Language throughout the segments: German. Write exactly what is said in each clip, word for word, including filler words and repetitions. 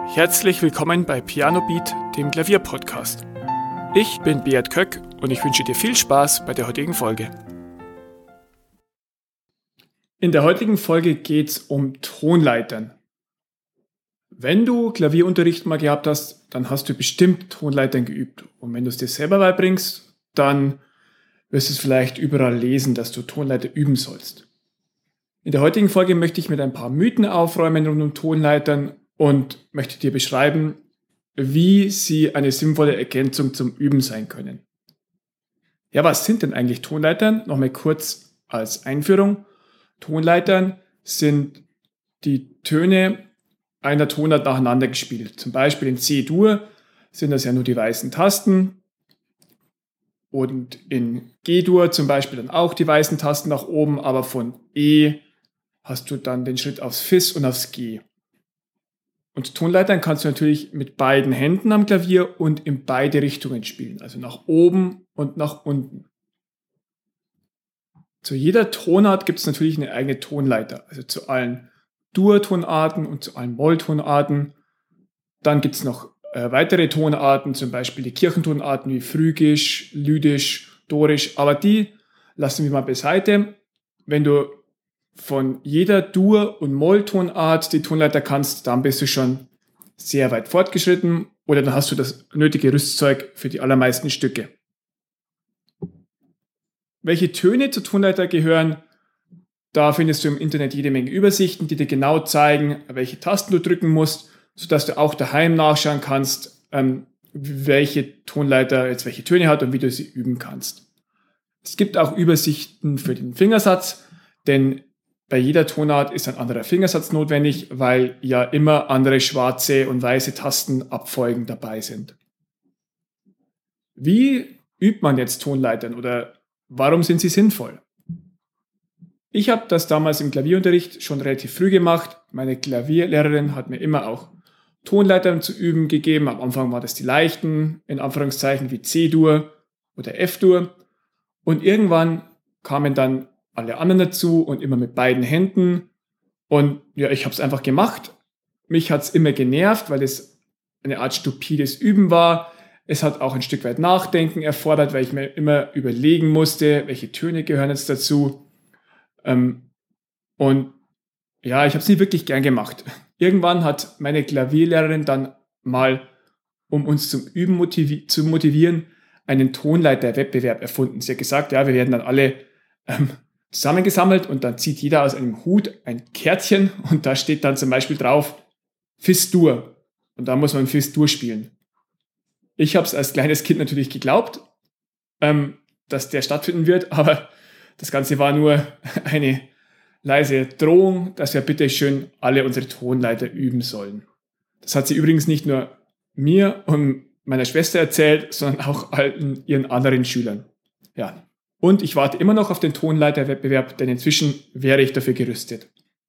Herzlich willkommen bei Piano Beat, dem Klavierpodcast. Ich bin Beat Köck und ich wünsche dir viel Spaß bei der heutigen Folge. In der heutigen Folge geht es um Tonleitern. Wenn du Klavierunterricht mal gehabt hast, dann hast du bestimmt Tonleitern geübt. Und wenn du es dir selber beibringst, dann wirst du es vielleicht überall lesen, dass du Tonleiter üben sollst. In der heutigen Folge möchte ich mit ein paar Mythen aufräumen rund um Tonleitern und möchte dir beschreiben, wie sie eine sinnvolle Ergänzung zum Üben sein können. Ja, was sind denn eigentlich Tonleitern? Nochmal kurz als Einführung. Tonleitern sind die Töne einer Tonart nacheinander gespielt. Zum Beispiel in C-Dur sind das ja nur die weißen Tasten und in G-Dur zum Beispiel dann auch die weißen Tasten nach oben, aber von E hast du dann den Schritt aufs Fis und aufs G. Und Tonleitern kannst du natürlich mit beiden Händen am Klavier und in beide Richtungen spielen, also nach oben und nach unten. Zu jeder Tonart gibt es natürlich eine eigene Tonleiter, also zu allen Dur-Tonarten und zu allen Moll-Tonarten. Dann gibt es noch äh, weitere Tonarten, zum Beispiel die Kirchentonarten wie Phrygisch, Lydisch, Dorisch, aber die lassen wir mal beiseite. Wenn du von jeder Dur- und Moll-Tonart die Tonleiter kannst, dann bist du schon sehr weit fortgeschritten oder dann hast du das nötige Rüstzeug für die allermeisten Stücke. Welche Töne zur Tonleiter gehören, da findest du im Internet jede Menge Übersichten, die dir genau zeigen, welche Tasten du drücken musst, sodass du auch daheim nachschauen kannst, ähm, welche Tonleiter jetzt welche Töne hat und wie du sie üben kannst. Es gibt auch Übersichten für den Fingersatz, denn bei jeder Tonart ist ein anderer Fingersatz notwendig, weil ja immer andere schwarze und weiße Tastenabfolgen dabei sind. Wie übt man jetzt Tonleitern oder warum sind sie sinnvoll? Ich habe das damals im Klavierunterricht schon relativ früh gemacht. Meine Klavierlehrerin hat mir immer auch Tonleitern zu üben gegeben. Am Anfang waren das die leichten, in Anführungszeichen wie C-Dur oder F-Dur. Und irgendwann kamen dann alle anderen dazu und immer mit beiden Händen. Und ja, ich habe es einfach gemacht. Mich hat es immer genervt, weil es eine Art stupides Üben war. Es hat auch ein Stück weit Nachdenken erfordert, weil ich mir immer überlegen musste, welche Töne gehören jetzt dazu. Ähm, und ja, ich habe es nie wirklich gern gemacht. Irgendwann hat meine Klavierlehrerin dann mal, um uns zum Üben motivi- zu motivieren, einen Tonleiter-Wettbewerb erfunden. Sie hat gesagt, ja, wir werden dann alle ähm, zusammengesammelt und dann zieht jeder aus einem Hut ein Kärtchen und da steht dann zum Beispiel drauf Fis-Dur und da muss man Fis-Dur spielen. Ich habe es als kleines Kind natürlich geglaubt, ähm, dass der stattfinden wird, aber das Ganze war nur eine leise Drohung, dass wir bitte schön alle unsere Tonleiter üben sollen. Das hat sie übrigens nicht nur mir und meiner Schwester erzählt, sondern auch allen ihren anderen Schülern. Ja. Und ich warte immer noch auf den Tonleiterwettbewerb, denn inzwischen wäre ich dafür gerüstet.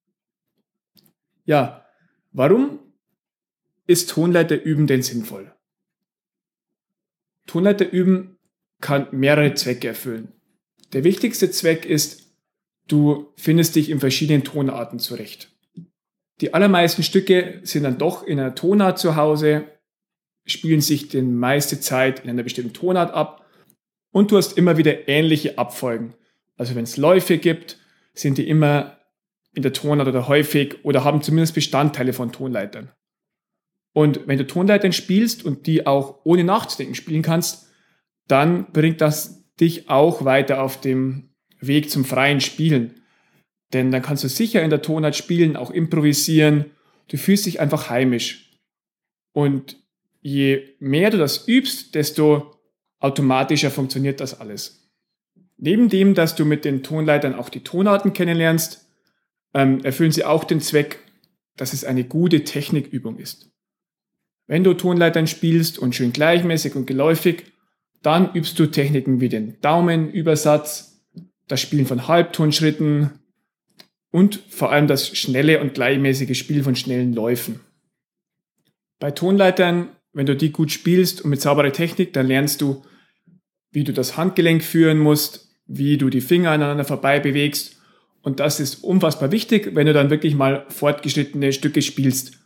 Ja, warum ist Tonleiterüben denn sinnvoll? Tonleiterüben kann mehrere Zwecke erfüllen. Der wichtigste Zweck ist, du findest dich in verschiedenen Tonarten zurecht. Die allermeisten Stücke sind dann doch in einer Tonart zu Hause, spielen sich die meiste Zeit in einer bestimmten Tonart ab und du hast immer wieder ähnliche Abfolgen. Also wenn es Läufe gibt, sind die immer in der Tonart oder häufig oder haben zumindest Bestandteile von Tonleitern. Und wenn du Tonleitern spielst und die auch ohne nachzudenken spielen kannst, dann bringt das dich auch weiter auf dem Weg zum freien Spielen. Denn dann kannst du sicher in der Tonart spielen, auch improvisieren. Du fühlst dich einfach heimisch. Und je mehr du das übst, desto automatischer funktioniert das alles. Neben dem, dass du mit den Tonleitern auch die Tonarten kennenlernst, ähm, erfüllen sie auch den Zweck, dass es eine gute Technikübung ist. Wenn du Tonleitern spielst und schön gleichmäßig und geläufig, dann übst du Techniken wie den Daumenübersatz, das Spielen von Halbtonschritten und vor allem das schnelle und gleichmäßige Spiel von schnellen Läufen. Bei Tonleitern, wenn du die gut spielst und mit sauberer Technik, dann lernst du, wie du das Handgelenk führen musst, wie du die Finger aneinander vorbei bewegst. Und das ist unfassbar wichtig, wenn du dann wirklich mal fortgeschrittene Stücke spielst.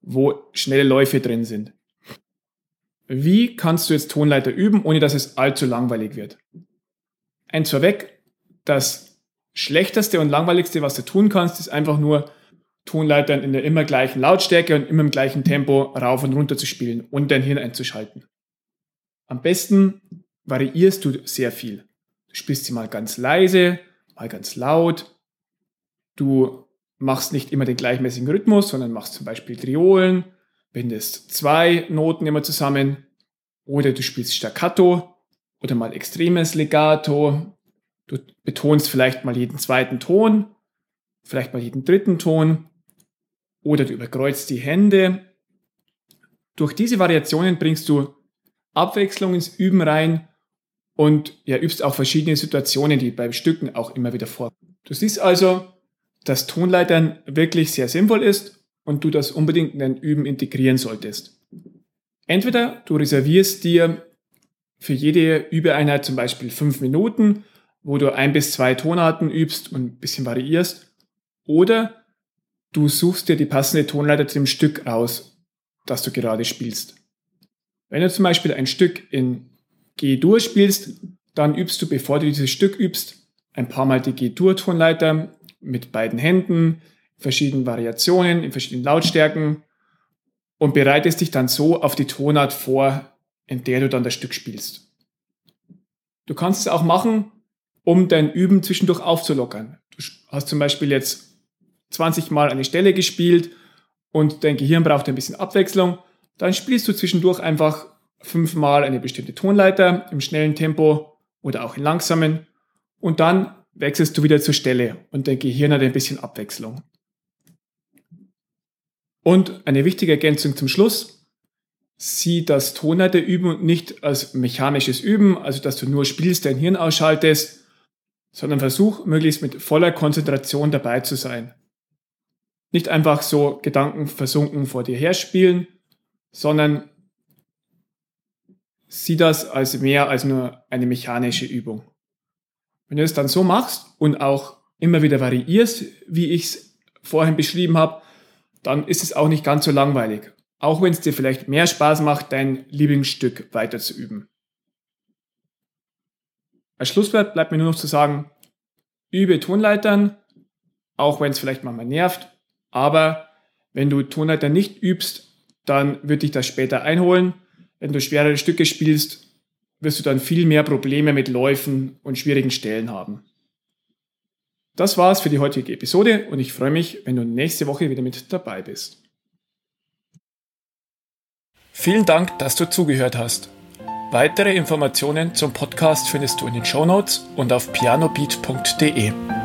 wo schnelle Läufe drin sind. Wie kannst du jetzt Tonleiter üben, ohne dass es allzu langweilig wird? Eins vorweg, das Schlechteste und Langweiligste, was du tun kannst, ist einfach nur Tonleitern in der immer gleichen Lautstärke und immer im gleichen Tempo rauf und runter zu spielen und dein Hirn einzuschalten. Am besten variierst du sehr viel. Du spielst sie mal ganz leise, mal ganz laut. Du machst nicht immer den gleichmäßigen Rhythmus, sondern machst zum Beispiel Triolen, bindest zwei Noten immer zusammen oder du spielst Staccato oder mal extremes Legato. Du betonst vielleicht mal jeden zweiten Ton, vielleicht mal jeden dritten Ton oder du überkreuzt die Hände. Durch diese Variationen bringst du Abwechslung ins Üben rein und ja, übst auch verschiedene Situationen, die bei Stücken auch immer wieder vorkommen. Du siehst also, dass Tonleitern wirklich sehr sinnvoll ist und du das unbedingt in dein Üben integrieren solltest. Entweder du reservierst dir für jede Übeeinheit zum Beispiel fünf Minuten, wo du ein bis zwei Tonarten übst und ein bisschen variierst, oder du suchst dir die passende Tonleiter zu dem Stück aus, das du gerade spielst. Wenn du zum Beispiel ein Stück in G-Dur spielst, dann übst du, bevor du dieses Stück übst, ein paar Mal die G-Dur-Tonleiter mit beiden Händen, in verschiedenen Variationen, in verschiedenen Lautstärken und bereitest dich dann so auf die Tonart vor, in der du dann das Stück spielst. Du kannst es auch machen, um dein Üben zwischendurch aufzulockern. Du hast zum Beispiel jetzt zwanzig Mal eine Stelle gespielt und dein Gehirn braucht ein bisschen Abwechslung, dann spielst du zwischendurch einfach fünfmal eine bestimmte Tonleiter im schnellen Tempo oder auch in langsamen und dann wechselst du wieder zur Stelle und dein Gehirn hat ein bisschen Abwechslung. Und eine wichtige Ergänzung zum Schluss: Sieh das Tonleiterüben nicht als mechanisches Üben, also dass du nur spielst, dein Hirn ausschaltest, sondern versuch, möglichst mit voller Konzentration dabei zu sein. Nicht einfach so gedankenversunken vor dir her spielen, sondern sieh das als mehr als nur eine mechanische Übung. Wenn du es dann so machst und auch immer wieder variierst, wie ich es vorhin beschrieben habe, dann ist es auch nicht ganz so langweilig. Auch wenn es dir vielleicht mehr Spaß macht, dein Lieblingsstück weiter zu üben. Als Schlusswort bleibt mir nur noch zu sagen, übe Tonleitern, auch wenn es vielleicht manchmal nervt, aber wenn du Tonleitern nicht übst, dann wird dich das später einholen. Wenn du schwerere Stücke spielst, wirst du dann viel mehr Probleme mit Läufen und schwierigen Stellen haben. Das war's für die heutige Episode und ich freue mich, wenn du nächste Woche wieder mit dabei bist. Vielen Dank, dass du zugehört hast. Weitere Informationen zum Podcast findest du in den Shownotes und auf pianobeat punkt de.